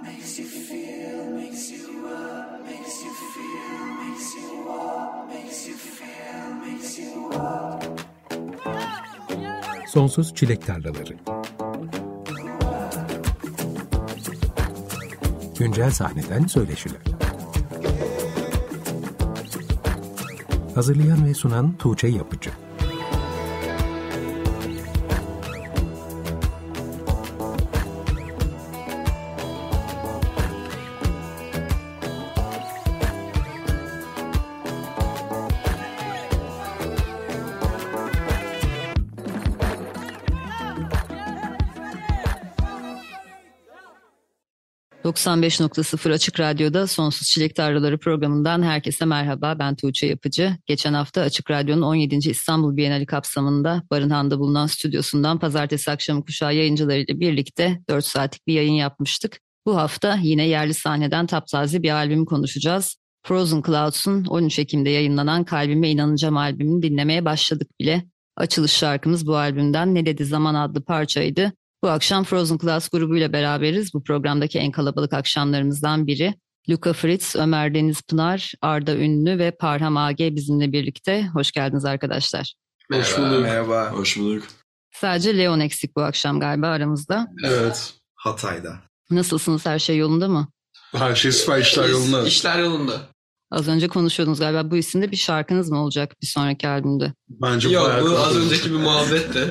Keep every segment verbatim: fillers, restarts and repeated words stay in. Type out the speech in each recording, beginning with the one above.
makes you feel, makes you up, makes you feel, makes you up, makes you feel, makes you up. Sonsuz Çilek Tarlaları. Güncel sahneden söyleşiler. Hazırlayan ve sunan Tuğçe Yapıcı. doksan beş nokta sıfır Açık Radyo'da Sonsuz Çilek Tarlaları programından herkese merhaba. Ben Tuğçe Yapıcı. Geçen hafta Açık Radyo'nun on yedinci İstanbul Bienali kapsamında Barınhan'da bulunan stüdyosundan pazartesi akşamı kuşağı yayıncılarıyla birlikte dört saatlik bir yayın yapmıştık. Bu hafta yine yerli sahneden taptaze bir albümü konuşacağız. Frozen Clouds'un on üç Ekim'de yayınlanan Kalbime İnanacağım albümünü dinlemeye başladık bile. Açılış şarkımız bu albümden Ne Dedi Zaman adlı parçaydı. Bu akşam Frozen Clouds grubuyla beraberiz. Bu programdaki en kalabalık akşamlarımızdan biri. Luka Fritz, Ömer Deniz Pınar, Arda Ünlü ve Parham A G bizimle birlikte. Hoş geldiniz arkadaşlar. Hoş bulduk. Merhaba. Hoş bulduk. Sadece Leon eksik bu akşam galiba aramızda. Evet. Hatay'da. Nasılsınız? Her şey yolunda mı? Her şey süper, işler yolunda. İşler yolunda. Az önce konuşuyordunuz galiba. Bu isimde bir şarkınız mı olacak bir sonraki albümde? Bence Yok, bayağı bu komik az olurdu. önceki bir muhabbetti.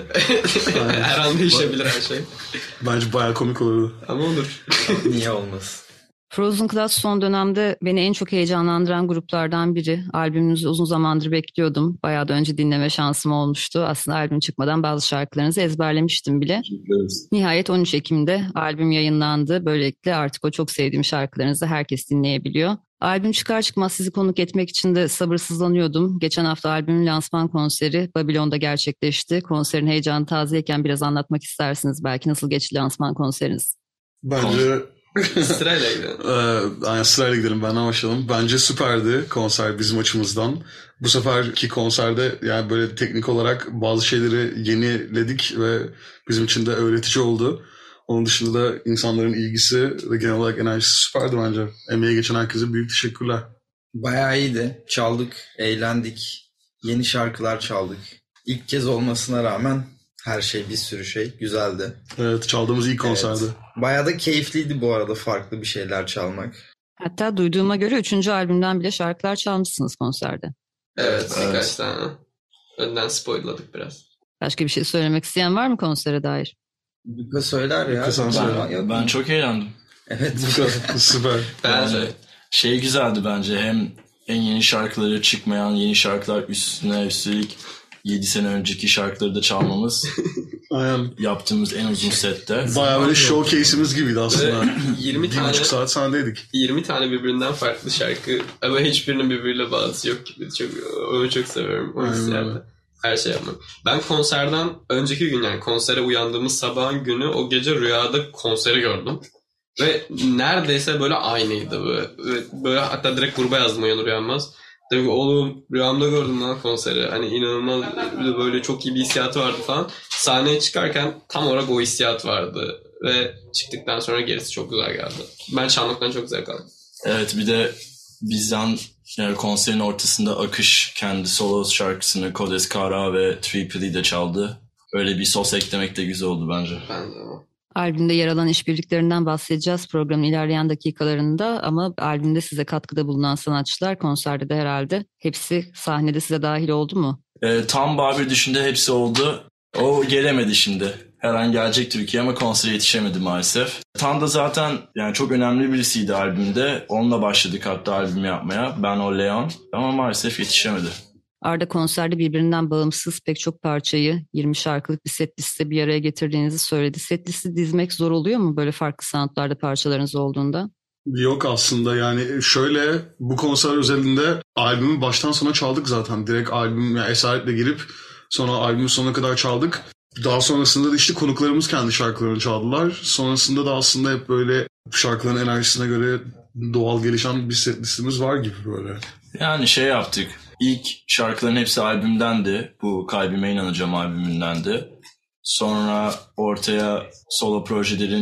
Her an değişebilir her şey. Bence bayağı komik olurdu. Ama olur. Niye olmaz? Frozen Clouds son dönemde beni en çok heyecanlandıran gruplardan biri. Albümünüzü uzun zamandır bekliyordum. Bayağı da önce dinleme şansım olmuştu. Aslında albüm çıkmadan bazı şarkılarınızı ezberlemiştim bile. Nihayet on üç Ekim'de albüm yayınlandı. Böylelikle artık o çok sevdiğim şarkılarınızı herkes dinleyebiliyor. Albüm çıkar çıkmaz sizi konuk etmek için de sabırsızlanıyordum. Geçen hafta albümün lansman konseri Babilon'da gerçekleşti. Konserin heyecanı tazeyken biraz anlatmak istersiniz belki. Nasıl geçti lansman konseriniz? Bence... Sırayla gidelim. ee, aynen sırayla gidelim, benden başlayalım. Bence süperdi konser bizim açımızdan. Bu seferki konserde yani böyle teknik olarak bazı şeyleri yeniledik ve bizim için de öğretici oldu. Onun dışında da insanların ilgisi ve genel olarak enerjisi süperdi bence. Emeğe geçen herkese büyük teşekkürler. Bayağı iyiydi. Çaldık, eğlendik. Yeni şarkılar çaldık. İlk kez olmasına rağmen her şey, bir sürü şey güzeldi. Evet, çaldığımız ilk konserdi. Evet. Bayağı da keyifliydi bu arada, farklı bir şeyler çalmak. Hatta duyduğuma göre üçüncü albümden bile şarkılar çalmışsınız konserde. Evet, Evet. birkaç tane. Önden spoiladık biraz. Başka bir şey söylemek isteyen var mı konsere dair? Luka söyler ya. Luka sen söyle. Yok. Ben çok eğlendim. Evet. Süper. Ben de. Şey güzeldi bence, hem en yeni şarkıları çıkmayan yeni şarkılar üstüne üstelik yedi sene önceki şarkıları da çalmamız. Aynen. Yaptığımız en uzun sette. Bayağı böyle showcase'imiz gibiydi aslında. yirmi Bir tane buçuk saat sahnedeydik. yirmi tane birbirinden farklı şarkı ama hiçbirinin birbiriyle bağlısı yok gibi. Çok, onu çok seviyorum. O hissiyatı. Her şey yapmak. Ben konserden önceki gün, yani konsere uyandığımız sabahın günü, o gece rüyada konseri gördüm. Ve neredeyse böyle aynıydı. Böyle, böyle hatta direkt gruba yazdım uyanır uyanmaz. Dedim ki oğlum rüyamda gördüm lan konseri. Hani inanılmaz, böyle çok iyi bir hissiyatı vardı falan. Sahneye çıkarken tam olarak o hissiyat vardı. Ve çıktıktan sonra gerisi çok güzel geldi. Ben çalmaktan çok zevk aldım. Evet, bir de bizden yani konserin ortasında Akış kendi solo şarkısını Kodes Kara ve Triple'yi de çaldı. Öyle bir sos eklemek de güzel oldu bence. Ben de ama. Albümde yer alan işbirliklerinden bahsedeceğiz programın ilerleyen dakikalarında, ama albümde size katkıda bulunan sanatçılar konserde de herhalde hepsi sahnede size dahil oldu mu? Ee, tam Babür dışında hepsi oldu. O gelemedi şimdi. Her an gelecek Türkiye ama konsere yetişemedi maalesef. Tam da zaten yani çok önemli birisiydi albümde. Onunla başladık hatta albüm yapmaya. Ben o Leon, ama maalesef yetişemedi. Arda konserde birbirinden bağımsız pek çok parçayı yirmi şarkılık bir set liste bir araya getirdiğinizi söyledi. Set listi dizmek zor oluyor mu böyle farklı soundlarda parçalarınız olduğunda? Yok aslında, yani şöyle, bu konser özelinde albümü baştan sona çaldık zaten. Direkt albüm, yani esaretle girip sonra albümün sonuna kadar çaldık. Daha sonrasında da işte konuklarımız kendi şarkılarını çaldılar. Sonrasında da aslında hep böyle şarkıların enerjisine göre doğal gelişen bir set listemiz var gibi böyle. Yani şey yaptık. İlk şarkıların hepsi albümdendi. Bu Kalbime İnanacağım albümündendi. Sonra ortaya solo projelerin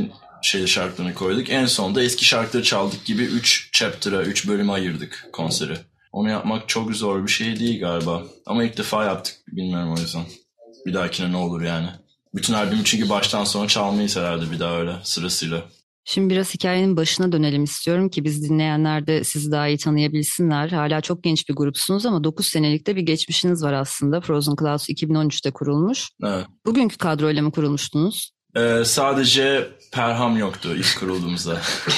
şey şarkılarını koyduk. En sonunda eski şarkıları çaldık gibi üç chapter'a, üç bölüme ayırdık konseri. Onu yapmak çok zor bir şey değil galiba. Ama ilk defa yaptık. Bilmiyorum o yüzden. Bir dahakine ne olur yani. Bütün albümü çünkü baştan sona çalmayız herhalde bir daha öyle sırasıyla. Şimdi biraz hikayenin başına dönelim istiyorum ki biz dinleyenler de sizi daha iyi tanıyabilsinler. Hala çok genç bir grupsunuz ama dokuz senelikte bir geçmişiniz var aslında. Frozen Clouds iki bin on üçte kurulmuş. Evet. Bugünkü kadroyla mı kurulmuştunuz? Ee, sadece Perham yoktu ilk kurulduğumuzda.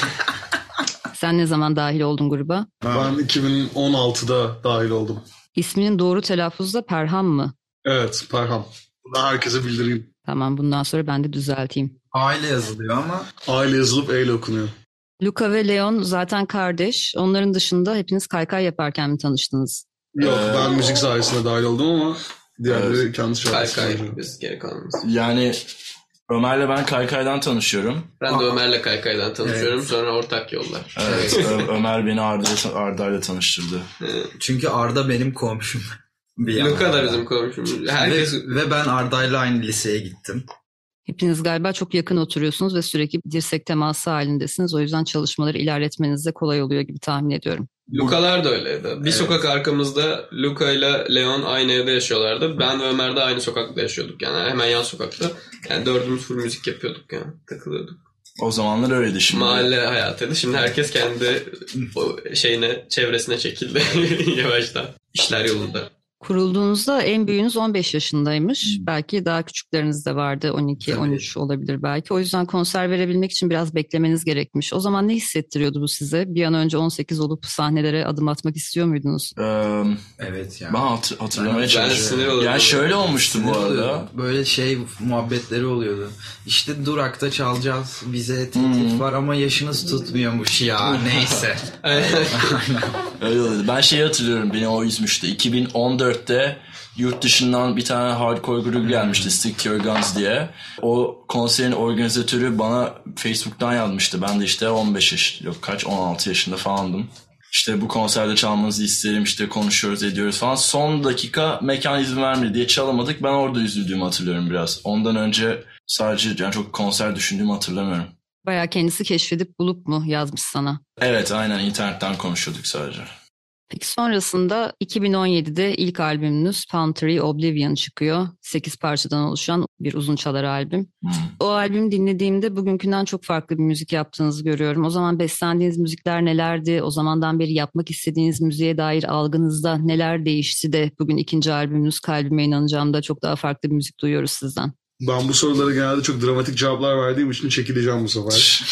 Sen ne zaman dahil oldun gruba? Ben iki bin on altıda dahil oldum. İsminin doğru telaffuzu da Perham mı? Evet, Perham. Bunu herkese bildireyim. Tamam, bundan sonra ben de düzelteyim. Aile yazılıyor ama Aile yazılıp E ile okunuyor. Luca ve Leon zaten kardeş. Onların dışında hepiniz kaykay yaparken mi tanıştınız? Yok, Ee, ben müzik sayesinde dahil oldum ama diğerleri Evet. kendi şarkısı. Kaykay biz geri kalmamız. Yani Ömer'le ben Kaykay'dan tanışıyorum. Ben de Ömer'le Kaykay'dan tanışıyorum. Evet. Sonra ortak yollar. Evet, Ö- Ömer beni Arda'yla Arda'yla tanıştırdı. çünkü Arda benim komşum. Bir Luka yandan. da bizim komşumuz. Herkes Ve, ve ben Arda'yla aynı liseye gittim. Hepiniz galiba çok yakın oturuyorsunuz ve sürekli dirsek teması halindesiniz. O yüzden çalışmaları ilerletmeniz de kolay oluyor gibi tahmin ediyorum. Lukalar da öyleydi. Bir Evet. sokak arkamızda Luka ile Leon aynı evde yaşıyorlardı. Ben ve Ömer de aynı sokakta yaşıyorduk yani. Hemen yan sokakta. Yani dördümüz full müzik yapıyorduk yani. Takılıyorduk. O zamanlar öyleydi şimdi. Mahalle hayatıydı. Şimdi herkes kendi o şeyine, çevresine çekildi yavaştan. İşler yolunda. Kurulduğunuzda en büyüğünüz on beş yaşındaymış. Hmm. Belki daha küçükleriniz de vardı. on iki Tabii. on üç olabilir belki. O yüzden konser verebilmek için biraz beklemeniz gerekmiş. O zaman ne hissettiriyordu bu size? Bir an önce on sekiz olup sahnelere adım atmak istiyor muydunuz? Ee, Evet yani. ben hatır- hatırlamaya Ben- Ben çalışıyorum. sinir oluyorum. Yani şöyle olmuştu bu Sinir arada. oluyordu. Böyle şey muhabbetleri oluyordu. İşte durakta çalacağız. Bize teklif Hmm. var ama yaşınız tutmuyormuş ya. Neyse. Öyle oldu. Ben şeyi hatırlıyorum, beni o üzmüştü. iki bin on dörtte yurt dışından bir tane hardcore grubu gelmişti, Stick to Your Guns diye. O konserin organizatörü bana Facebook'tan yazmıştı. Ben de işte on beş yaş, yok kaç, on altı yaşında falandım. İşte bu konserde çalmanızı isterim, işte konuşuyoruz ediyoruz falan. Son dakika mekan izin vermedi diye çalamadık. Ben orada üzüldüğümü hatırlıyorum biraz. Ondan önce sadece yani çok konser düşündüğümü hatırlamıyorum. Bayağı kendisi keşfedip bulup mu yazmış sana? Evet, aynen, internetten konuşuyorduk sadece. Peki sonrasında iki bin on yedide ilk albümünüz Pantry Oblivion çıkıyor. sekiz parçadan oluşan bir uzun çalar albüm. Hmm. O albümü dinlediğimde bugünkünden çok farklı bir müzik yaptığınızı görüyorum. O zaman beslendiğiniz müzikler nelerdi? O zamandan beri yapmak istediğiniz müziğe dair algınızda neler değişti de bugün ikinci albümünüz Kalbime İnanacağım'da çok daha farklı bir müzik duyuyoruz sizden. Ben bu sorulara genelde çok dramatik cevaplar verdiğim için çekileceğim bu sefer.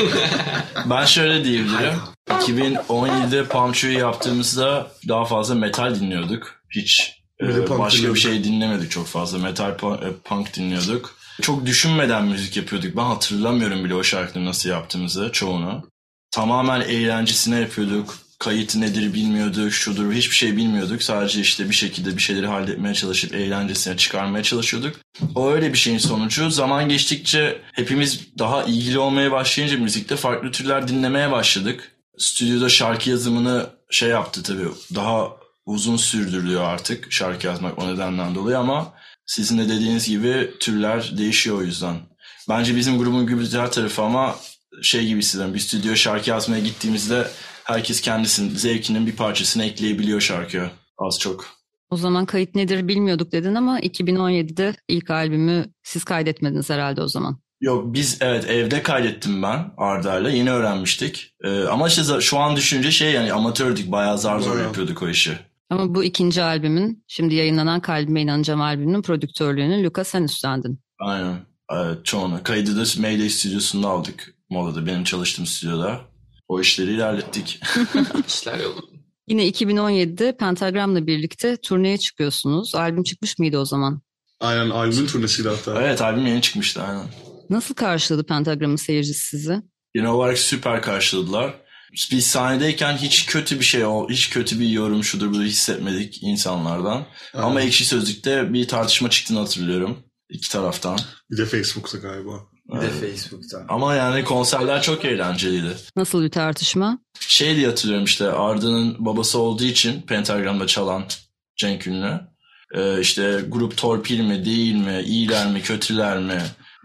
Ben şöyle diyebilirim. iki bin on yedide Palm Tree'yi yaptığımızda daha fazla metal dinliyorduk. Hiç Bir de e, punk başka dinliyorduk. bir şey dinlemedik çok fazla. Metal, punk, e, punk dinliyorduk. Çok düşünmeden müzik yapıyorduk. Ben hatırlamıyorum bile o şarkıları nasıl yaptığımızı, çoğunu. Tamamen eğlencesine yapıyorduk. Kayıt nedir bilmiyorduk, şudur, hiçbir şey bilmiyorduk. Sadece işte bir şekilde bir şeyleri halletmeye çalışıp eğlencesine çıkarmaya çalışıyorduk. O öyle bir şeyin sonucu. Zaman geçtikçe hepimiz daha ilgili olmaya başlayınca müzikte farklı türler dinlemeye başladık. Stüdyoda şarkı yazımını şey yaptı tabii, daha uzun sürdürülüyor artık şarkı yazmak o nedenden dolayı ama sizin de dediğiniz gibi türler değişiyor o yüzden. Bence bizim grubun güzel tarafı ama şey gibi hissediyorum, bir stüdyo şarkı yazmaya gittiğimizde herkes kendisinin zevkinin bir parçasını ekleyebiliyor şarkıya az çok. O zaman kayıt nedir bilmiyorduk dedin ama iki bin on yedide ilk albümü siz kaydetmediniz herhalde o zaman. Yok, biz evet evde kaydettim ben Arda'yla, yeni öğrenmiştik. Ee, ama işte şu an düşününce şey yani amatördük, bayağı zar zor Bayağı. yapıyorduk o işi. Ama bu ikinci albümün, şimdi yayınlanan Kalbime İnanacağım albümünün prodüktörlüğünü Luka sen üstlendin. Aynen, evet, çoğunu. Kaydı da Mayday stüdyosunda aldık, Mola'da, benim çalıştığım stüdyoda. O işleri ilerlettik. İşler yolunda. Yine iki bin on yedide Pentagram'la birlikte turneye çıkıyorsunuz. Albüm çıkmış mıydı o zaman? Aynen, albümün turnesiyle hatta. Evet, albüm yeni çıkmıştı aynen. Nasıl karşıladı Pentagram'ın seyircisi sizi? Genel olarak süper karşıladılar. Biz sahnedeyken hiç kötü bir şey, hiç kötü bir yorum şudur budur hissetmedik insanlardan. Evet. Ama Ekşi Sözlük'te bir tartışma çıktığını hatırlıyorum iki taraftan. Bir de Facebook'ta galiba. Bir de Evet. Facebook'tan. Ama yani konserler çok eğlenceliydi. Nasıl bir tartışma? Şey diye hatırlıyorum, işte Arda'nın babası olduğu için Pentagram'da çalan Cenk Ünlü. Ee, işte grup torpil mi değil mi, iyiler mi kötüler mi?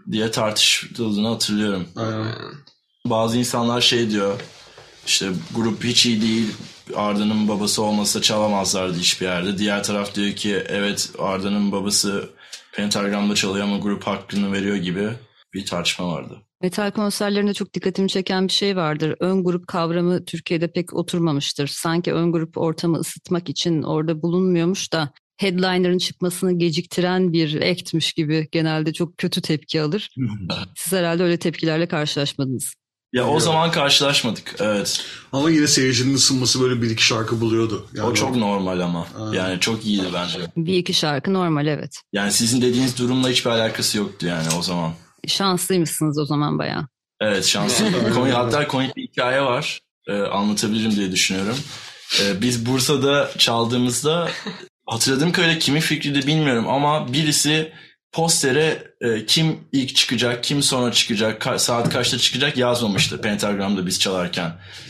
diye tartışıldığını hatırlıyorum. Aynen. Bazı insanlar şey diyor, işte grup hiç iyi değil, Arda'nın babası olmasa çalamazlardı hiçbir yerde. Diğer taraf diyor ki evet, Arda'nın babası Pentagram'da çalıyor ama grup hakkını veriyor gibi bir tartışma vardı. Metal konserlerinde çok dikkatimi çeken bir şey vardır. Ön grup kavramı Türkiye'de pek oturmamıştır. Sanki ön grup ortamı ısıtmak için orada bulunmuyormuş da headliner'ın çıkmasını geciktiren bir act'miş gibi genelde çok kötü tepki alır. Siz herhalde öyle tepkilerle karşılaşmadınız. Ya o zaman karşılaşmadık, evet. Ama yine seyircinin ısınması böyle bir iki şarkı buluyordu. Yani o çok normal ama. Aynen. Yani çok iyiydi bence. Bir iki şarkı normal, evet. Yani sizin dediğiniz durumla hiçbir alakası yoktu yani o zaman. Şanslıymışsınız o zaman bayağı. Evet, şanslı. Konu, hatta komik bir hikaye var. Ee, anlatabilirim diye düşünüyorum. Ee, biz Bursa'da çaldığımızda hatırladığım kadarıyla kimin fikriydi bilmiyorum ama birisi postere e, kim ilk çıkacak, kim sonra çıkacak, ka- saat kaçta çıkacak yazmamıştı Pentagram'da biz çalarken.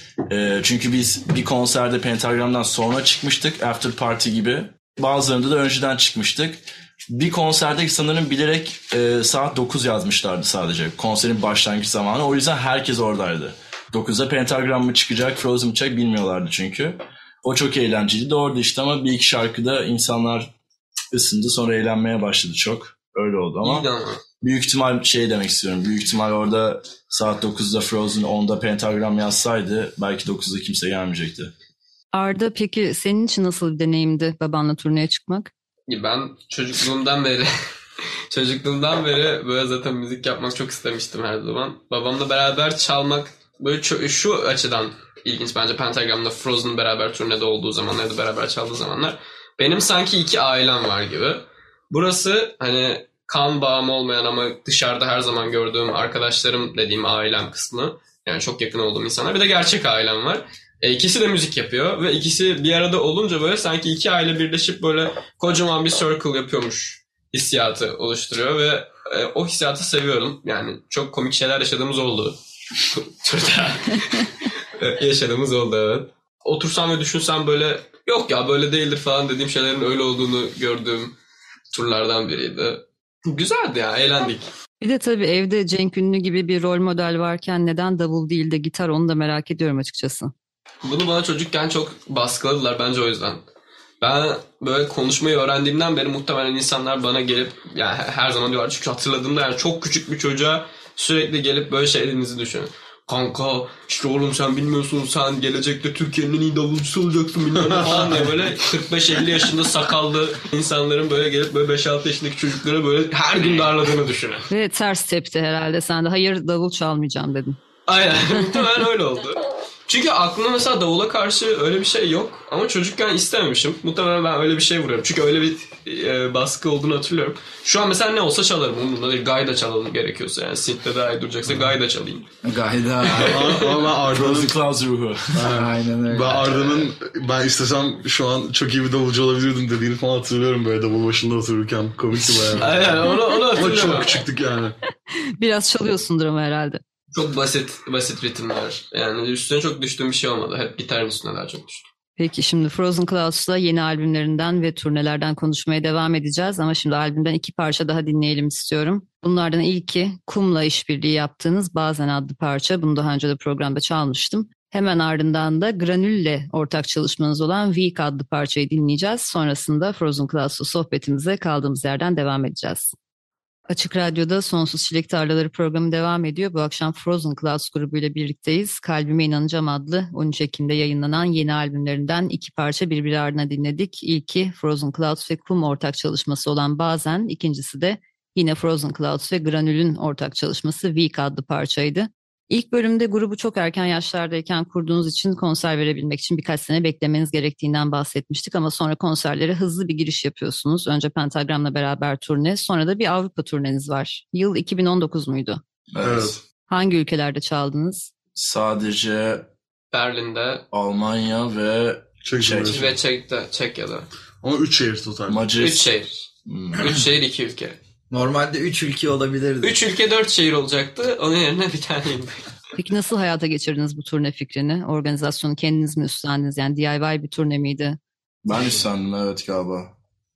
E, çünkü biz bir konserde Pentagram'dan sonra çıkmıştık, after party gibi. Bazılarında da önceden çıkmıştık. Bir konserde sanırım bilerek e, saat dokuz yazmışlardı sadece. Konserin başlangıç zamanı. O yüzden herkes oradaydı. dokuzda Pentagram mı çıkacak, Frozen mı çıkacak bilmiyorlardı çünkü. O çok eğlenceliydi. Orada işte ama bir iki şarkıda insanlar ısındı. Sonra eğlenmeye başladı çok. Öyle oldu ama. İyiydi ama. Büyük ihtimal şey demek istiyorum. Büyük ihtimal orada saat dokuzda Frozen, onda Pentagram yazsaydı belki dokuzda kimse gelmeyecekti. Arda, peki senin için nasıl bir deneyimdi babanla turneye çıkmak? Ben çocukluğumdan beri çocukluğumdan beri böyle zaten müzik yapmak çok istemiştim her zaman. Babamla beraber çalmak böyle ço- şu açıdan ilginç bence Pentagram'da Frozen'ın beraber turnede olduğu zamanlar ya da beraber çaldığı zamanlar. Benim sanki iki ailem var gibi. Burası hani kan bağım olmayan ama dışarıda her zaman gördüğüm arkadaşlarım dediğim ailem kısmı. Yani çok yakın olduğum insanlar. Bir de gerçek ailem var. E, ikisi de müzik yapıyor ve ikisi bir arada olunca böyle sanki iki aile birleşip böyle kocaman bir circle yapıyormuş hissiyatı oluşturuyor ve e, o hissiyatı seviyorum. Yani çok komik şeyler yaşadığımız oldu. Turda yaşadığımız oldu, evet. Otursam ve düşünsem böyle yok ya böyle değildir falan dediğim şeylerin öyle olduğunu gördüğüm turlardan biriydi. Güzeldi ya, eğlendik. Bir de tabii evde Cenk Ünlü gibi bir rol model varken neden davul değil de gitar, onu da merak ediyorum açıkçası. Bunu bana çocukken çok baskıladılar bence o yüzden. Ben böyle konuşmayı öğrendiğimden beri muhtemelen insanlar bana gelip yani her zaman diyorlar çünkü hatırladığımda yani çok küçük bir çocuğa sürekli gelip böyle şey dediğinizi düşünün. Kanka işte oğlum sen bilmiyorsun, sen gelecekte Türkiye'nin en iyi davulcusu olacaksın bilmem ne falan diye böyle kırk beş elli yaşında sakallı insanların böyle gelip böyle beş altı yaşındaki çocuklara böyle her gün darladığını düşünün. Ve ters tepti herhalde, sen de hayır davul çalmayacağım dedin. Aynen muhtemelen öyle oldu. Çünkü aklımda mesela davula karşı öyle bir şey yok. Ama çocukken istememişim. Muhtemelen ben öyle bir şey vuruyorum. Çünkü öyle bir e, baskı olduğunu hatırlıyorum. Şu an mesela ne olsa çalarım. Umurumda değil. Gayda çalalım gerekiyorsa. Yani synth'te daha iyi duracaksa gayda çalayım. Gayda. Ama, ama ben Arda'nın Frozen Clouds ruhu. Aynen öyle. ben Arda'nın ben istesem şu an çok iyi bir davulcu olabilirdim dediğini falan hatırlıyorum böyle davul başında otururken. Komikti bayağı. Aynen onu, onu Ama hatırlıyorum. çok küçüktük yani. Biraz çalıyorsundur ama herhalde. Çok basit basit ritimler. Yani üstüne çok düştüğüm bir şey olmadı. Hep gitarın üstüne daha çok düştüm. Peki şimdi Frozen Clouds'la yeni albümlerinden ve turnelerden konuşmaya devam edeceğiz. Ama şimdi albümden iki parça daha dinleyelim istiyorum. Bunlardan ilki Kum'la işbirliği yaptığınız Bazen adlı parça. Bunu daha önce de programda çalmıştım. Hemen ardından da Granül'le ortak çalışmanız olan Week adlı parçayı dinleyeceğiz. Sonrasında Frozen Clouds'la sohbetimize kaldığımız yerden devam edeceğiz. Açık Radyo'da Sonsuz Çilek Tarlaları programı devam ediyor. Bu akşam Frozen Clouds grubuyla birlikteyiz. Kalbime İnanacağım adlı on üç Ekim'de yayınlanan yeni albümlerinden iki parça birbiri ardına dinledik. İlki Frozen Clouds ve Kum ortak çalışması olan Bazen, ikincisi de yine Frozen Clouds ve Granül'ün ortak çalışması Week adlı parçaydı. İlk bölümde grubu çok erken yaşlardayken kurduğunuz için konser verebilmek için birkaç sene beklemeniz gerektiğinden bahsetmiştik ama sonra konserlere hızlı bir giriş yapıyorsunuz. Önce Pentagram'la beraber turne, sonra da bir Avrupa turneniz var. Yıl iki bin on dokuz muydu? Evet. Evet. Hangi ülkelerde çaldınız? Sadece Berlin'de Almanya ve Çek Çek. Cumhuriyeti. ve Çek'te, Çekya'da. Ama üç şehir total. Üç Macaristan. şehir. Hmm. Üç şehir, iki ülke. Normalde üç ülke olabilirdi. Üç ülke, dört şehir olacaktı. Onun yerine bir tane indi. Peki nasıl hayata geçirdiniz bu turne fikrini? Organizasyonu kendiniz mi üstlendiniz? Yani D I Y bir turne miydi? Ben üstlendim, evet, galiba.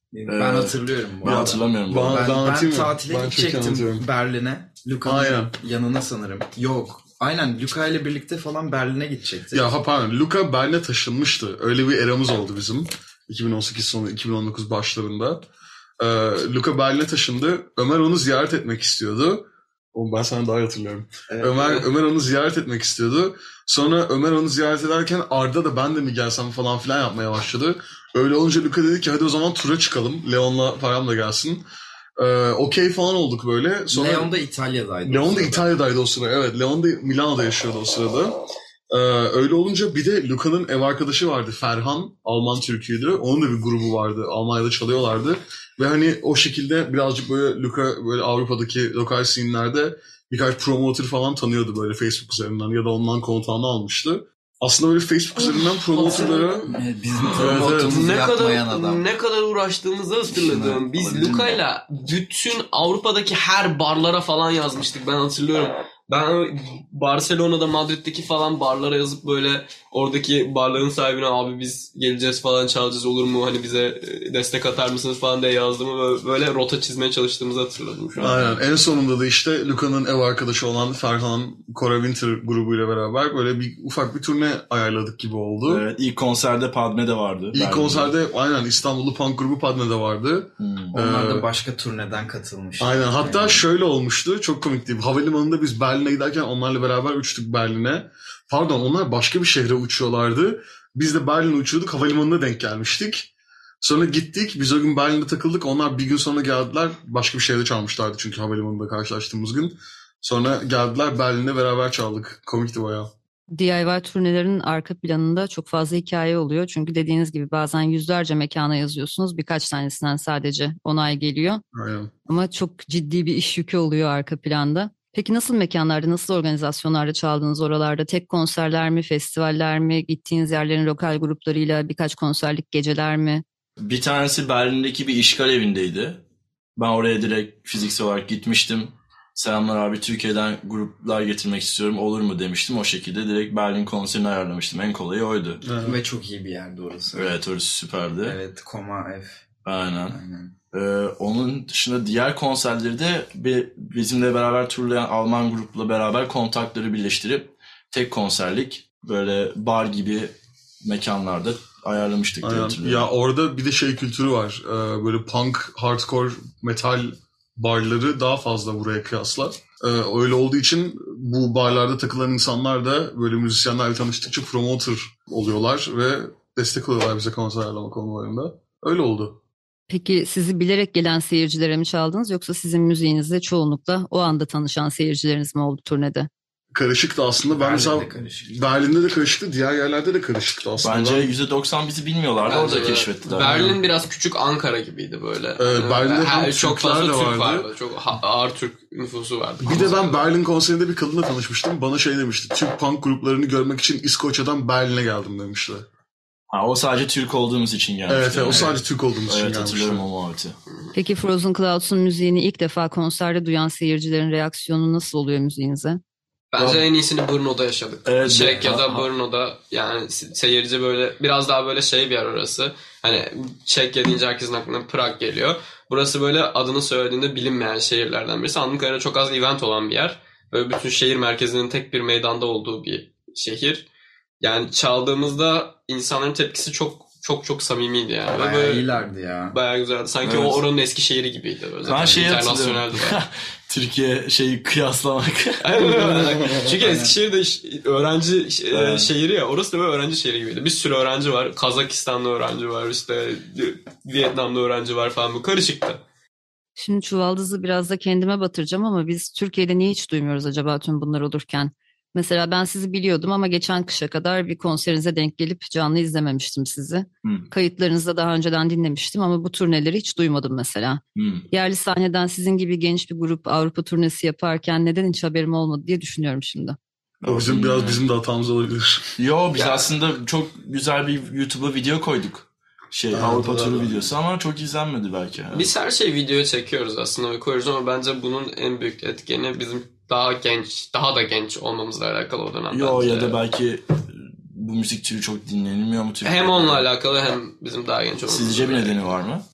Ben hatırlıyorum. bu Ben arada. hatırlamıyorum. Bana- Ben, Ben anlatayım ben mı? tatile Ben çok iyi gidecektim anlatıyorum. Berlin'e. Luca'nın Aynen. yanına sanırım. Yok. Aynen Luca ile birlikte falan Berlin'e gidecektik. Ya ha pardon, Luca Berlin'e taşınmıştı. Öyle bir eramız oldu bizim. iki bin on sekiz sonu, iki bin on dokuz başlarında. Ee, Luca Berlin'e taşındı. Ömer onu ziyaret etmek istiyordu. Oğlum ben sana daha iyi hatırlıyorum. Evet. Ömer Ömer onu ziyaret etmek istiyordu. Sonra Ömer onu ziyaret ederken Arda da ben de mi gelsem falan filan yapmaya başladı. Öyle olunca Luca dedi ki hadi o zaman tura çıkalım. Leon'la Param da gelsin. Ee, Okey falan olduk böyle. Sonra Leon da İtalya'daydı. Leon o da sırada. İtalya'daydı o sıra. Evet, Leon da Milano'da yaşıyordu o sırada. Ee, öyle olunca bir de Luca'nın ev arkadaşı vardı, Ferhan. Alman Türküydü. Onun da bir grubu vardı. Almanya'da çalıyorlardı. Ve hani o şekilde birazcık böyle Luca böyle Avrupa'daki lokal scene'lerde birkaç promoter falan tanıyordu böyle Facebook üzerinden ya da ondan kontağını almıştı. Aslında böyle Facebook üzerinden promoterlara Evet, bizim evet. promotumuzu Ne yapmayan kadar adam. ne kadar uğraştığımızı hatırladım. Biz Olabilir mi? Luca'yla bütün Avrupa'daki her barlara falan yazmıştık. Ben hatırlıyorum. Ben Barcelona'da, Madrid'deki falan barlara yazıp böyle oradaki barların sahibine abi biz geleceğiz falan çalacağız olur mu? Hani bize destek atar mısınız falan diye yazdığımı böyle rota çizmeye çalıştığımızı hatırladım şu an. aynen en sonunda da işte Luca'nın ev arkadaşı olan Ferhan Cora Winter grubuyla beraber böyle bir ufak bir turne ayarladık gibi oldu. Evet, ilk konserde Padme de vardı. İlk Berlin'de. konserde aynen İstanbullu punk grubu Padme'de vardı. Hmm. Onlar da Ee, başka turneden katılmış. Aynen. Hatta Yani. şöyle olmuştu. Çok komikti. Havalimanında biz Berlin'e giderken onlarla beraber uçtuk Berlin'e. Pardon, onlar başka bir şehre uçuyorlardı. Biz de Berlin'e uçuyorduk. Havalimanına denk gelmiştik. Sonra gittik. Biz o gün Berlin'de takıldık. Onlar bir gün sonra geldiler. Başka bir şehirde çalmışlardı çünkü havalimanında karşılaştığımız gün. Sonra geldiler, Berlin'de beraber çaldık. Komikti bayağı. D I Y turnelerinin arka planında çok fazla hikaye oluyor. Çünkü dediğiniz gibi bazen yüzlerce mekana yazıyorsunuz. Birkaç tanesinden sadece onay geliyor. Aynen. Ama çok ciddi bir iş yükü oluyor arka planda. Peki nasıl mekanlarda, nasıl organizasyonlarda çaldınız oralarda? Tek konserler mi, festivaller mi, gittiğiniz yerlerin lokal gruplarıyla birkaç konserlik geceler mi? Bir tanesi Berlin'deki bir işgal evindeydi. Ben oraya direkt fiziksel olarak gitmiştim. Selamlar abi, Türkiye'den gruplar getirmek istiyorum, olur mu demiştim. O şekilde direkt Berlin konserini ayarlamıştım. En kolayı oydu. Evet. Ve çok iyi bir yerdi orası. Evet, orası süperdi. Evet, Koma F. Aynen. Aynen. Ee, onun dışında diğer konserleri de bir, bizimle beraber turlayan Alman grupla beraber kontakları birleştirip tek konserlik böyle bar gibi mekanlarda ayarlamıştık diye Aynen. hatırlıyorum. Ya orada bir de şey kültürü var. Ee, böyle punk, hardcore, metal barları daha fazla buraya kıyasla. Ee, öyle olduğu için bu barlarda takılan insanlar da böyle müzisyenlerle tanıştıkça promoter oluyorlar ve destek oluyorlar bize konser ayarlama konularında. Öyle oldu. Peki sizi bilerek gelen seyircilere mi çaldınız yoksa sizin müziğinizle çoğunlukla o anda tanışan seyircileriniz mi oldu turnede? Karışıktı aslında. Ben Berlin'de mesela karışık. Berlin'de de karışıktı. Diğer yerlerde de karışıktı aslında. Bence yüzde doksan bizi bilmiyorlardı, Bence orada de. keşfettiler. Berlin biraz küçük Ankara gibiydi böyle. Evet, Hani Berlin'de her- hem çok Türkler fazla de Türk vardı. vardı. Çok ha- ağır Türk nüfusu vardı. Bir de ben Berlin konserinde bir kadınla tanışmıştım. Bana şey demişti. Türk punk gruplarını görmek için İskoçya'dan Berlin'e geldim demişti. Ha, o sadece Türk olduğumuz için gelmişti. Evet, evet o sadece Türk olduğumuz için Evet, gelmişti. hatırlıyorum o muhabbeti. Peki Frozen Clouds'un müziğini ilk defa konserde duyan seyircilerin reaksiyonu nasıl oluyor müziğinize? Bence Ya- en iyisini Brno'da yaşadık. Evet, Çek ya da ha- Brno'da yani se- seyirci böyle biraz daha böyle şey bir yer orası. Hani Çekya deyince herkesin aklına Prag geliyor. Burası böyle adını söylediğinde bilinmeyen şehirlerden birisi. Anladığım kadarıyla çok az event olan bir yer. Böyle bütün şehir merkezinin tek bir meydanda olduğu bir şehir. Yani çaldığımızda insanların tepkisi çok çok çok samimiydi yani. Ve Bayağı böyle iyilerdi ya. bayağı güzeldi. Sanki Evet. o oranın eski şehri gibiydi. Böyle. Ben Zaten şeyi internasyoneldi hatırlıyorum. bayağı. Türkiye şeyi kıyaslamak. Aynen. Çünkü Eskişehir de iş- öğrenci e, Evet. şehri ya. Orası da böyle öğrenci şehri gibiydi. Bir sürü öğrenci var. Kazakistan'da öğrenci var. İşte Vietnam'da öğrenci var falan. Bu karışıktı. Şimdi çuvaldızı biraz da kendime batıracağım ama biz Türkiye'de niye hiç duymuyoruz acaba tüm bunlar olurken? Mesela ben sizi biliyordum ama geçen kışa kadar bir konserinize denk gelip canlı izlememiştim sizi. Hmm. Kayıtlarınızı da daha önceden dinlemiştim ama bu turneleri hiç duymadım mesela. Hmm. Yerli sahneden sizin gibi genç bir grup Avrupa turnesi yaparken neden hiç haberim olmadı diye düşünüyorum şimdi. O bizim Hmm. biraz bizim de hatamız olabilir. Yo, biz Ya. aslında çok güzel bir YouTube'a video koyduk. Şey Evet, Avrupa evet, turu evet. videosu ama çok izlenmedi belki. Biz her şeyi videoya çekiyoruz aslında ve koyuyoruz ama bence bunun en büyük etkeni bizim daha genç, daha da genç olmamızla alakalı o dönem Yo, bence. ya da belki bu müzik türü çok dinlenilmiyor mu Türkiye'de? Hem onunla alakalı hem bizim daha genç olmamızla. Sizce bir nedeni var mı?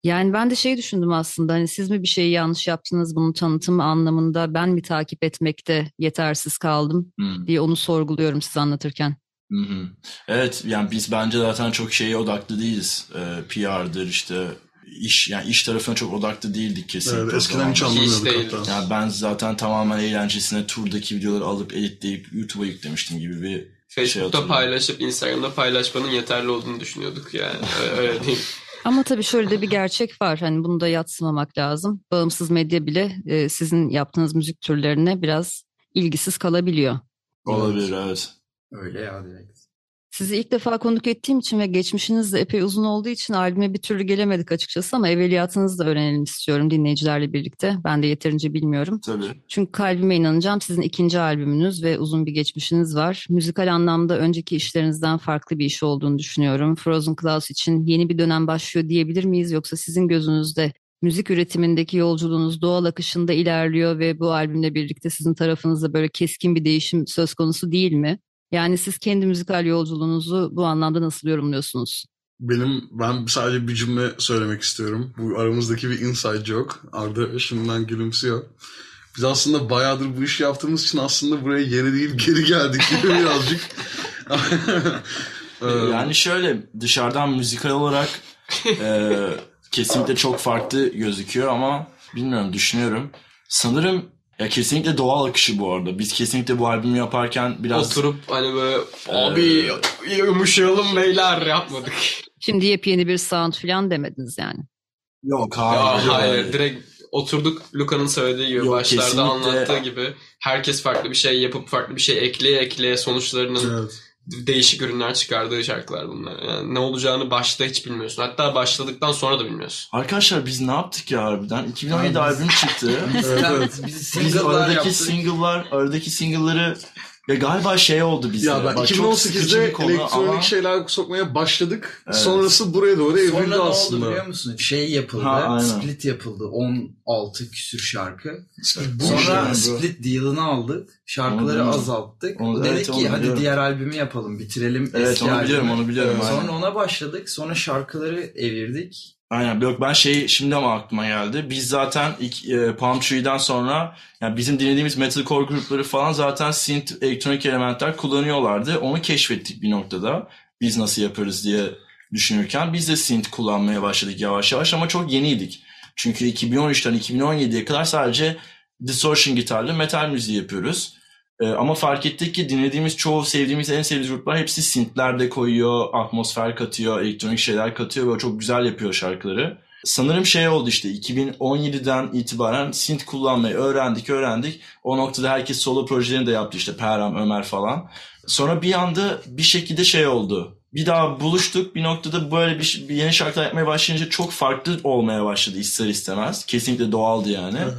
Yani ben de şey düşündüm aslında, hani siz mi bir şeyi yanlış yaptınız bunun tanıtımı anlamında, ben mi takip etmekte yetersiz kaldım Hmm. diye onu sorguluyorum siz anlatırken. Hı hı. Evet, yani biz bence zaten çok şeye odaklı değiliz. Ee, P R'dır işte, iş yani iş tarafına çok odaklı değildik kesinlikle. Evet, o eskiden hiç zamanlar. anlamıyorduk Hiç hatta. Yani ben zaten tamamen eğlencesine turdaki videoları alıp editleyip YouTube'a yüklemiştim gibi bir şey Facebook'ta hatırlıyorum. paylaşıp Instagram'da paylaşmanın yeterli olduğunu düşünüyorduk yani. Öyle değil. Ama tabii şöyle de bir gerçek var, hani bunu da yadsımamak lazım. Bağımsız medya bile e, sizin yaptığınız müzik türlerine biraz ilgisiz kalabiliyor. Olabilir, evet. Öyle ya, direkt. Sizi ilk defa konuk ettiğim için ve geçmişiniz de epey uzun olduğu için albüme bir türlü gelemedik açıkçası, ama evveliyatınızı da öğrenelim istiyorum dinleyicilerle birlikte. Ben de yeterince bilmiyorum. Tabii. Çünkü kalbime inanacağım, sizin ikinci albümünüz ve uzun bir geçmişiniz var. Müzikal anlamda önceki işlerinizden farklı bir iş olduğunu düşünüyorum. Frozen Clouds için yeni bir dönem başlıyor diyebilir miyiz? Yoksa sizin gözünüzde müzik üretimindeki yolculuğunuz doğal akışında ilerliyor ve bu albümle birlikte sizin tarafınızda böyle keskin bir değişim söz konusu değil mi? Yani siz kendi müzikal yolculuğunuzu bu anlamda nasıl yorumluyorsunuz? Benim ben sadece bir cümle söylemek istiyorum. Bu aramızdaki bir inside joke. Arda şimdiden gülümsüyor. Biz aslında bayağıdır bu işi yaptığımız için aslında buraya yeni değil geri geldik gibi birazcık. Yani şöyle, dışarıdan müzikal olarak e, kesinlikle çok farklı gözüküyor ama bilmiyorum, düşünüyorum. Sanırım ya kesinlikle doğal akışı bu arada. Biz kesinlikle bu albümü yaparken biraz... Oturup hani böyle abi yumuşayalım beyler yapmadık. Şimdi yepyeni bir sound falan demediniz yani. Yok, Ya, hayır. hayır direkt oturduk Luka'nın söylediği gibi, Yok, başlarda kesinlikle. anlattığı gibi herkes farklı bir şey yapıp farklı bir şey ekleye ekleye sonuçlarının Evet. değişik ürünler çıkardığı şarkılar bunlar. Yani ne olacağını başta hiç bilmiyorsun. Hatta başladıktan sonra da bilmiyorsun. Arkadaşlar biz ne yaptık ya harbiden? iki bin on yedi Abi biz- albüm çıktı. Biz, Evet, tam- evet. biz Biz single'lar aradaki yaptık. single'lar, aradaki single'ları ya galiba şey oldu bizde. Ya ben Bak, çok sıkıcı iki bin on sekizde bir konu elektronik ama- şeyler sokmaya başladık. Evet. Sonrası buraya doğru Sonra evrildi ne oldu aslında. biliyor musun? Şey yapıldı, Ha, aynen. split yapıldı. on altı küsür şarkı. Bu Sonra işte bu. split deal'ını aldık. Şarkıları Onu- azalttık. onu- O dedi evet, ki onu hadi biliyorum. diğer albümü yapalım, bitirelim Evet, eski onu biliyorum, albümü. onu biliyorum. Sonra Aynen. ona başladık. Sonra şarkıları evirdik. Aynen. Yok, ben şey şimdi ama aklıma geldi. Biz zaten ilk e, Palm Tree'den sonra yani bizim dinlediğimiz metalcore grupları falan zaten synth elektronik elementler kullanıyorlardı. Onu keşfettik bir noktada. Biz nasıl yaparız diye düşünürken biz de synth kullanmaya başladık yavaş yavaş ama çok yeniydik. Çünkü iki bin on üçten iki bin on yediye kadar sadece distortion gitarlı metal müziği yapıyoruz. Ee, ama fark ettik ki dinlediğimiz çoğu sevdiğimiz en sevdiğimiz gruplar hepsi synthler de koyuyor, atmosfer katıyor, elektronik şeyler katıyor ve çok güzel yapıyor şarkıları. Sanırım şey oldu işte iki bin on yediden itibaren synth kullanmayı öğrendik öğrendik. O noktada herkes solo projelerini de yaptı işte Perram, Ömer falan. Sonra bir anda bir şekilde şey oldu. Bir daha buluştuk bir noktada böyle bir, bir yeni şarkılar yapmaya başlayınca çok farklı olmaya başladı ister istemez. Kesinlikle doğaldı yani. Evet.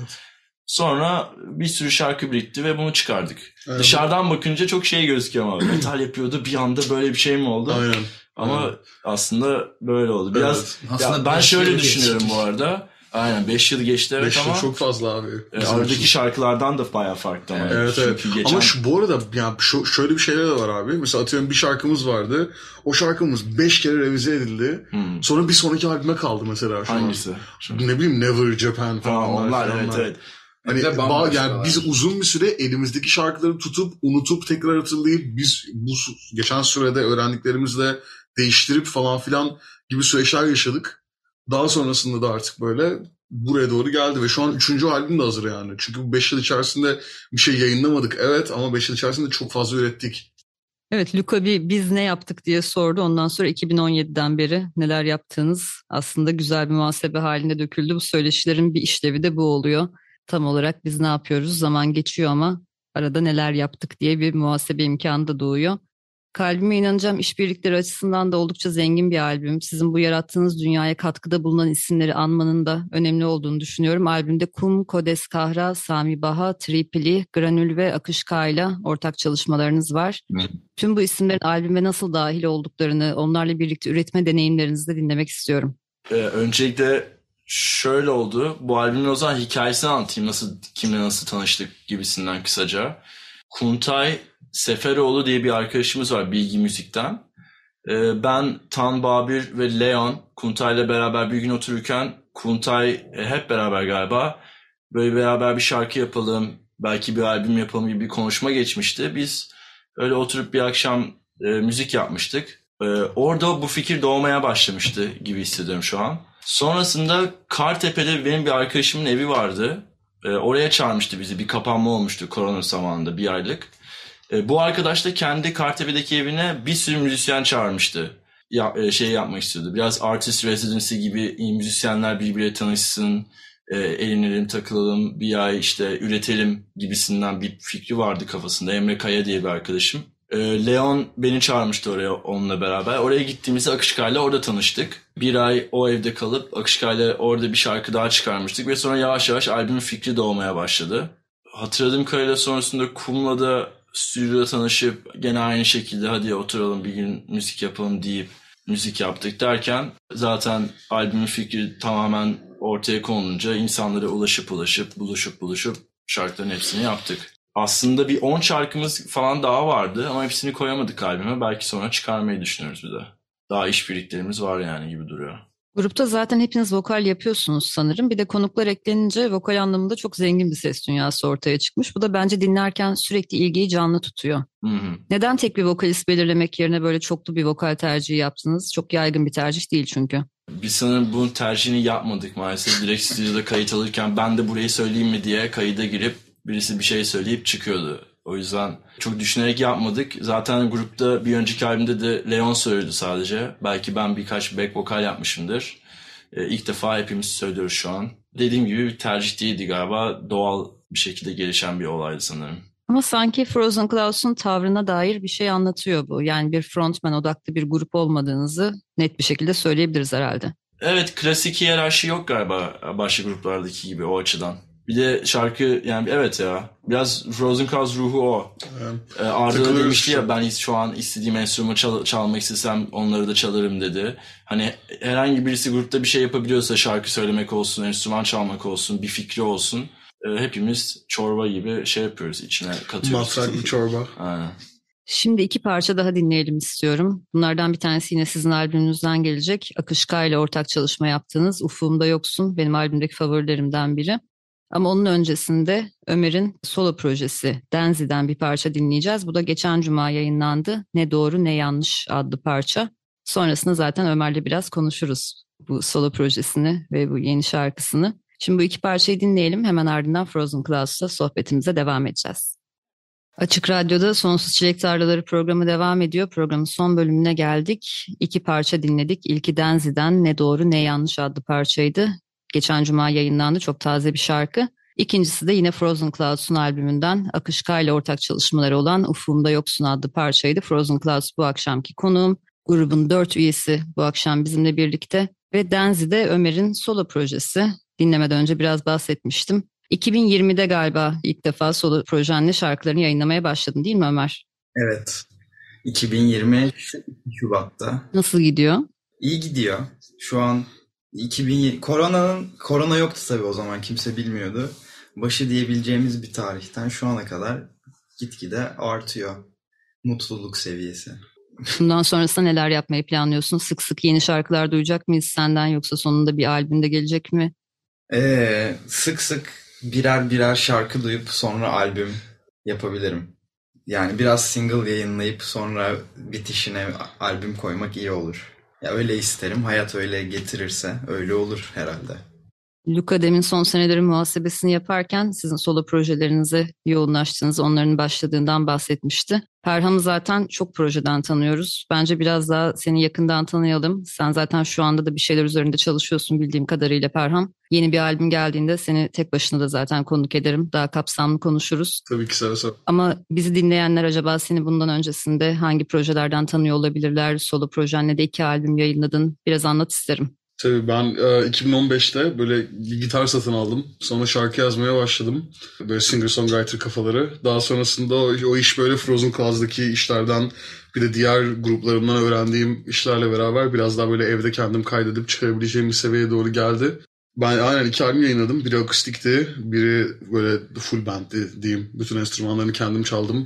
Sonra bir sürü şarkı birikti ve bunu çıkardık. Evet. Dışarıdan bakınca çok şey gözüküyor ama metal yapıyordu bir anda böyle bir şey mi oldu? Aynen. Ama Evet. aslında böyle oldu. Biraz Evet. Aslında ya ben beş şöyle yıl düşünüyorum geçti. bu arada. Aynen beş yıl geçti evet Beş yıl ama çok fazla abi. e, bizim aradaki için. şarkılardan da bayağı farklı ama. Evet Çünkü evet. geçen... Ama şu bu arada yani şu, şöyle bir şeyler de var abi. Mesela atıyorum bir şarkımız vardı. O şarkımız beş kere revize edildi. Hmm. Sonra bir sonraki albüme kaldı mesela şu an. Hangisi? Şu... Ne bileyim Never Japan falan. Ha, onlar falan evet var. evet. Hani Ve ba- bambaşkalar. yani biz uzun bir süre elimizdeki şarkıları tutup unutup tekrar hatırlayıp biz bu su- geçen sürede öğrendiklerimizle değiştirip falan filan gibi süreçler yaşadık. Daha sonrasında da artık böyle buraya doğru geldi ve şu an üçüncü albüm de hazır yani. Çünkü bu beş yıl içerisinde bir şey yayınlamadık evet ama beş yıl içerisinde çok fazla ürettik. Evet, Luka bir biz ne yaptık diye sordu. Ondan sonra iki bin on yediden beri neler yaptığınız aslında güzel bir muhasebe haline döküldü. Bu söyleşilerin bir işlevi de bu oluyor. Tam olarak biz ne yapıyoruz? Zaman geçiyor ama arada neler yaptık diye bir muhasebe imkanı da doğuyor. Kalbime inanacağım işbirlikleri açısından da oldukça zengin bir albüm. Sizin bu yarattığınız dünyaya katkıda bulunan isimleri anmanın da önemli olduğunu düşünüyorum. Albümde Kum, Kodes Kahra, Sami Baha, Tripli, Granül ve Akışka ile ortak çalışmalarınız var. Evet. Tüm bu isimlerin albüme nasıl dahil olduklarını, onlarla birlikte üretme deneyimlerinizi de dinlemek istiyorum. Ee, öncelikle şöyle oldu. Bu albümün o zaman hikayesini anlatayım. Nasıl, kimle nasıl tanıştık gibisinden kısaca. Kuntay Seferoğlu diye bir arkadaşımız var Bilgi Müzik'ten. Ee, ben, Tan, Babir ve Leon Kuntay'la beraber bir gün otururken Kuntay e, hep beraber galiba böyle beraber bir şarkı yapalım, belki bir albüm yapalım gibi bir konuşma geçmişti. Biz öyle oturup bir akşam e, müzik yapmıştık. E, orada bu fikir doğmaya başlamıştı gibi hissediyorum şu an. Sonrasında Kartepe'de benim bir arkadaşımın evi vardı. E, oraya çağırmıştı bizi. Bir kapanma olmuştu korona zamanında, bir aylık. E, bu arkadaş da kendi Kartepe'deki evine bir sürü müzisyen çağırmıştı. Ya, e, şey yapmak istiyordu. Biraz artist residency gibi, müzisyenler birbirine tanışsın, e, eğlenelim, takılalım, bir ay işte üretelim gibisinden bir fikri vardı kafasında. Emre Kaya diye bir arkadaşım. E, Leon beni çağırmıştı oraya onunla beraber. Oraya gittiğimizde Akışkay'la orada tanıştık. Bir ay o evde kalıp Akışkay'la orada bir şarkı daha çıkarmıştık ve sonra yavaş yavaş albümün fikri doğmaya başladı. Hatırladığım kadarıyla sonrasında Kumla'da stüdyoda tanışıp gene aynı şekilde hadi oturalım bir gün müzik yapalım deyip müzik yaptık derken zaten albümün fikri tamamen ortaya konulunca insanlara ulaşıp ulaşıp buluşup buluşup şarkıların hepsini yaptık. Aslında bir on şarkımız falan daha vardı ama hepsini koyamadık albüme. Belki sonra çıkarmayı düşünüyoruz bir de. Daha işbirliklerimiz var yani gibi duruyor. Grupta zaten hepiniz vokal yapıyorsunuz sanırım. Bir de konuklar eklenince vokal anlamında çok zengin bir ses dünyası ortaya çıkmış. Bu da bence dinlerken sürekli ilgiyi canlı tutuyor. Hı hı. Neden tek bir vokalist belirlemek yerine böyle çoklu bir vokal tercihi yaptınız? Çok yaygın bir tercih değil çünkü. Biz sanırım bunun tercihini yapmadık maalesef. Direkt stüdyoda kayıt alırken ben de burayı söyleyeyim mi diye kayıda girip birisi bir şey söyleyip çıkıyordu. O yüzden çok düşünerek yapmadık. Zaten grupta bir önceki albümde de Leon söylüyordu sadece. Belki ben birkaç back vokal yapmışımdır. Ee, ilk defa hepimiz söylüyoruz şu an. Dediğim gibi bir tercih değildi galiba. Doğal bir şekilde gelişen bir olaydı sanırım. Ama sanki Frozen Clouds'un tavrına dair bir şey anlatıyor bu. Yani bir frontman odaklı bir grup olmadığınızı net bir şekilde söyleyebiliriz herhalde. Evet, klasik hiyerarşi yok galiba başka gruplardaki gibi o açıdan. Bir de şarkı yani evet ya biraz Frozen Clouds ruhu o. Evet. Ee, Arda da demişti ya ben şu an istediğim enstrümanı çal- çalmak istesem onları da çalarım dedi. Hani herhangi birisi grupta bir şey yapabiliyorsa şarkı söylemek olsun, enstrüman çalmak olsun, bir fikri olsun. E, hepimiz çorba gibi şey yapıyoruz, içine katıyoruz. Matrak bir çorba. Aynen. Şimdi iki parça daha dinleyelim istiyorum. Bunlardan bir tanesi yine sizin albümünüzden gelecek. Akışka ile ortak çalışma yaptığınız Ufumda Yoksun benim albümdeki favorilerimden biri. Ama onun öncesinde Ömer'in solo projesi Denzi'den bir parça dinleyeceğiz. Bu da geçen cuma yayınlandı. Ne Doğru Ne Yanlış adlı parça. Sonrasında zaten Ömer'le biraz konuşuruz bu solo projesini ve bu yeni şarkısını. Şimdi bu iki parçayı dinleyelim. Hemen ardından Frozen Clouds'la sohbetimize devam edeceğiz. Açık Radyo'da Sonsuz Çilek Tarlaları programı devam ediyor. Programın son bölümüne geldik. İki parça dinledik. İlki Denzi'den Ne Doğru Ne Yanlış adlı parçaydı. Geçen cuma yayınlandı. Çok taze bir şarkı. İkincisi de yine Frozen Clouds'un albümünden Akışka ile ortak çalışmaları olan Ufumda Yoksun adlı parçaydı. Frozen Clouds bu akşamki konuğum. Grubun dört üyesi bu akşam bizimle birlikte. Ve Denzi de Ömer'in solo projesi. Dinlemeden önce biraz bahsetmiştim. iki bin yirmide galiba ilk defa solo projenle şarkılarını yayınlamaya başladın değil mi Ömer? Evet. iki bin yirmi Şubat'ta. Nasıl gidiyor? İyi gidiyor. Şu an iki bin yirmi koronanın korona yoktu tabii o zaman kimse bilmiyordu. Başı diyebileceğimiz bir tarihten şu ana kadar gitgide artıyor mutluluk seviyesi. Bundan sonrasında neler yapmayı planlıyorsun? Sık sık yeni şarkılar duyacak mıyız senden yoksa sonunda bir albüm de gelecek mi? Ee, sık sık birer birer şarkı duyup sonra albüm yapabilirim. Yani biraz single yayınlayıp sonra bitişine albüm koymak iyi olur. Ya öyle isterim. Hayat öyle getirirse öyle olur herhalde. Luka demin son senelerin muhasebesini yaparken sizin solo projelerinize yoğunlaştığınız, onların başladığından bahsetmişti. Perham'ı zaten çok projeden tanıyoruz. Bence biraz daha seni yakından tanıyalım. Sen zaten şu anda da bir şeyler üzerinde çalışıyorsun bildiğim kadarıyla Perham. Yeni bir albüm geldiğinde seni tek başına da zaten konuk ederim. Daha kapsamlı konuşuruz. Tabii ki seve seve. Ama bizi dinleyenler acaba seni bundan öncesinde hangi projelerden tanıyor olabilirler? Solo projenle de iki albüm yayınladın. Biraz anlat isterim. Tabii ben e, iki bin on beşte böyle gitar satın aldım. Sonra şarkı yazmaya başladım. Böyle singer-songwriter kafaları. Daha sonrasında o, o iş böyle Frozen Clouds'daki işlerden bir de diğer gruplarımdan öğrendiğim işlerle beraber biraz daha böyle evde kendim kaydedip çıkarabileceğim bir seviyeye doğru geldi. Ben aynen iki albüm yayınladım. Biri akustikti, biri böyle full band'ti diyeyim. Bütün enstrümanlarını kendim çaldım.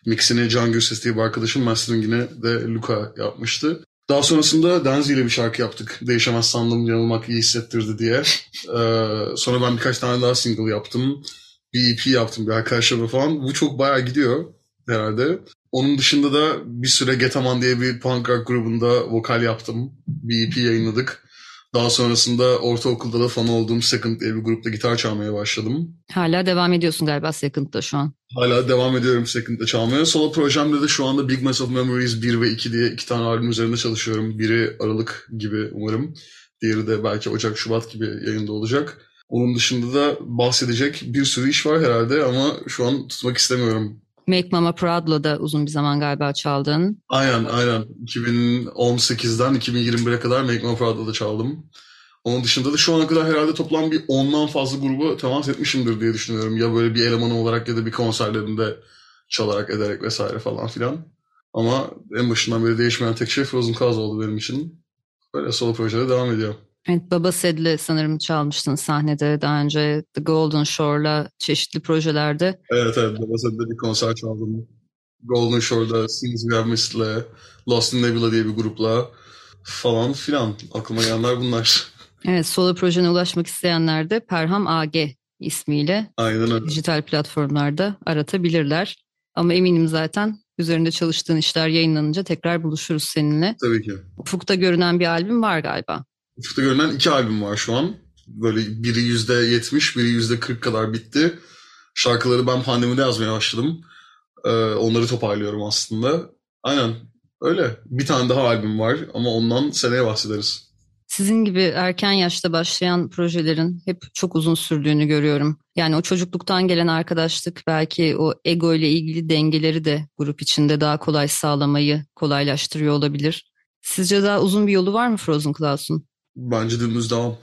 Mixini Can Gürses diye bir arkadaşım, masteringini de Luka yapmıştı. Daha sonrasında Denzi ile bir şarkı yaptık. Değişemez sandım, yanılmak iyi hissettirdi diye. Ee, sonra ben birkaç tane daha single yaptım. Bir E P yaptım bir arkadaşlarımla falan. Bu çok bayağı gidiyor herhalde. Onun dışında da bir süre Getaman diye bir punk rock grubunda vokal yaptım. Bir E P yayınladık. Daha sonrasında ortaokulda da fan olduğum Second diye bir grupta gitar çalmaya başladım. Hala devam ediyorsun galiba Second'da şu an. Hala devam ediyorum Second'da çalmaya. Solo projemde de şu anda Big Mess of Memories bir ve iki diye iki tane albüm üzerinde çalışıyorum. Biri Aralık gibi umarım. Diğeri de belki Ocak, Şubat gibi yayında olacak. Onun dışında da bahsedecek bir sürü iş var herhalde ama şu an tutmak istemiyorum. Make Mama Proud'la da uzun bir zaman galiba çaldın. Aynen aynen. iki bin on sekizden iki bin yirmi bire kadar Make Mama Proud'la da çaldım. Onun dışında da şu ana kadar herhalde toplam bir ondan fazla grubu temas etmişimdir diye düşünüyorum. Ya böyle bir elemanı olarak ya da bir konserlerinde çalarak ederek vesaire falan filan. Ama en başından beri değişmeyen tek şey Frozen Cause oldu benim için. Böyle solo projede devam ediyor. Evet, Baba Sed'le sanırım çalmıştın sahnede daha önce. The Golden Shore'la çeşitli projelerde. Evet evet. Babasa'da bir konser çaldım. Golden Shore'da Things We Have Missed'le, Lost in Nebula diye bir grupla falan filan. Aklıma gelenler bunlar. Evet, solo projene ulaşmak isteyenler de Perham A G ismiyle Aynen öyle. dijital platformlarda aratabilirler. Ama eminim zaten üzerinde çalıştığın işler yayınlanınca tekrar buluşuruz seninle. Tabii ki. Ufukta görünen bir albüm var galiba. Ufukta görünen iki albüm var şu an. Böyle biri yüzde yetmiş, biri yüzde kırk kadar bitti. Şarkıları ben pandemide yazmaya başladım. Ee, onları toparlıyorum aslında. Aynen öyle. Bir tane daha albüm var ama ondan seneye bahsederiz. Sizin gibi erken yaşta başlayan projelerin hep çok uzun sürdüğünü görüyorum. Yani o çocukluktan gelen arkadaşlık belki o ego ile ilgili dengeleri de grup içinde daha kolay sağlamayı kolaylaştırıyor olabilir. Sizce daha uzun bir yolu var mı Frozen Clouds'un? Bence dümdüz devam.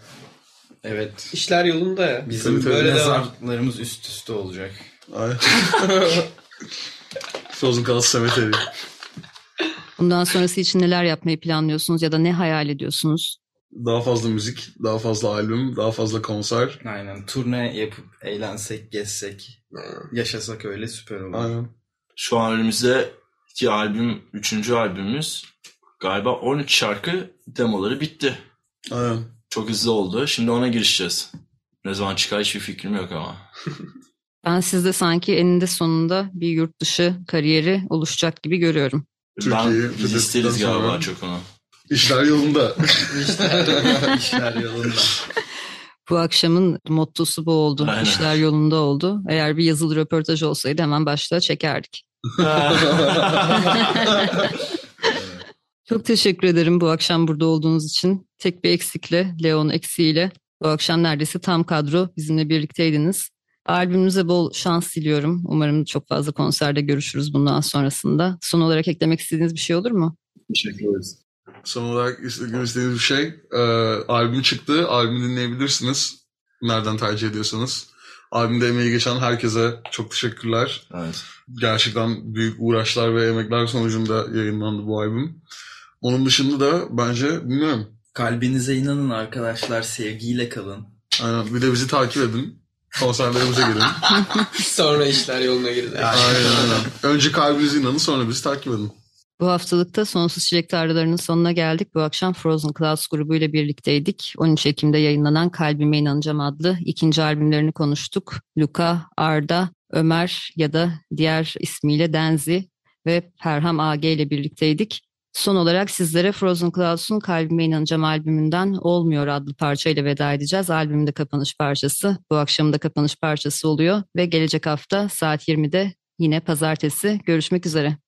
Evet. İşler yolunda ya. Bizim Tabii, tabii. böyle devam. mezarlıklarımız üst üste olacak. Aynen. Frozen Cause Cemetery. Bundan sonrası için neler yapmayı planlıyorsunuz ya da ne hayal ediyorsunuz? Daha fazla müzik, daha fazla albüm, daha fazla konser. Aynen. Turne yapıp eğlensek, gezsek, yaşasak öyle süper olur. Aynen. Şu an önümüzde iki albüm, üçüncü albümümüz. Galiba on üç şarkı demoları bitti. Aynen. Çok hızlı oldu. Şimdi ona girişeceğiz. Ne zaman çıkar hiçbir fikrim yok ama. Ben sizde sanki eninde sonunda bir yurt dışı kariyeri oluşacak gibi görüyorum. Türkiye'yi Ben, biz fethedildikten isteriz galiba sonra- çok onu. İşler yolunda. İşler yolunda. Bu akşamın mottosu bu oldu. Aynen. İşler yolunda oldu. Eğer bir yazılı röportaj olsaydı hemen başlığa çekerdik. Çok teşekkür ederim bu akşam burada olduğunuz için. Tek bir eksikle, Leon eksiğiyle bu akşam neredeyse tam kadro bizimle birlikteydiniz. Albümünüze bol şans diliyorum. Umarım çok fazla konserde görüşürüz bundan sonrasında. Son olarak eklemek istediğiniz bir şey olur mu? Teşekkür ederiz. Son olarak iste- istediğiniz bir şey. E, albüm çıktı. Albümü dinleyebilirsiniz. Nereden tercih ediyorsanız. Albümde emeği geçen herkese çok teşekkürler. Evet. Gerçekten büyük uğraşlar ve emekler sonucunda yayınlandı bu albüm. Onun dışında da bence bilmiyorum. Kalbinize inanın arkadaşlar. Sevgiyle kalın. Aynen. Bir de bizi takip edin. Konserlerimize gelin. Sonra işler yoluna girecek. Aynen aynen. Önce kalbinize inanın, sonra bizi takip edin. Bu haftalıkta Sonsuz Çilek Tarlalarının sonuna geldik. Bu akşam Frozen Clouds grubuyla birlikteydik. on üç Ekim'de yayınlanan Kalbime İnanacağım adlı ikinci albümlerini konuştuk. Luka, Arda, Ömer ya da diğer ismiyle Denzi ve Perham A G ile birlikteydik. Son olarak sizlere Frozen Clouds'un Kalbime İnanacağım albümünden Olmuyor adlı parçayla veda edeceğiz. Albümün de kapanış parçası. Bu akşamın da kapanış parçası oluyor ve gelecek hafta saat yirmide yine pazartesi görüşmek üzere.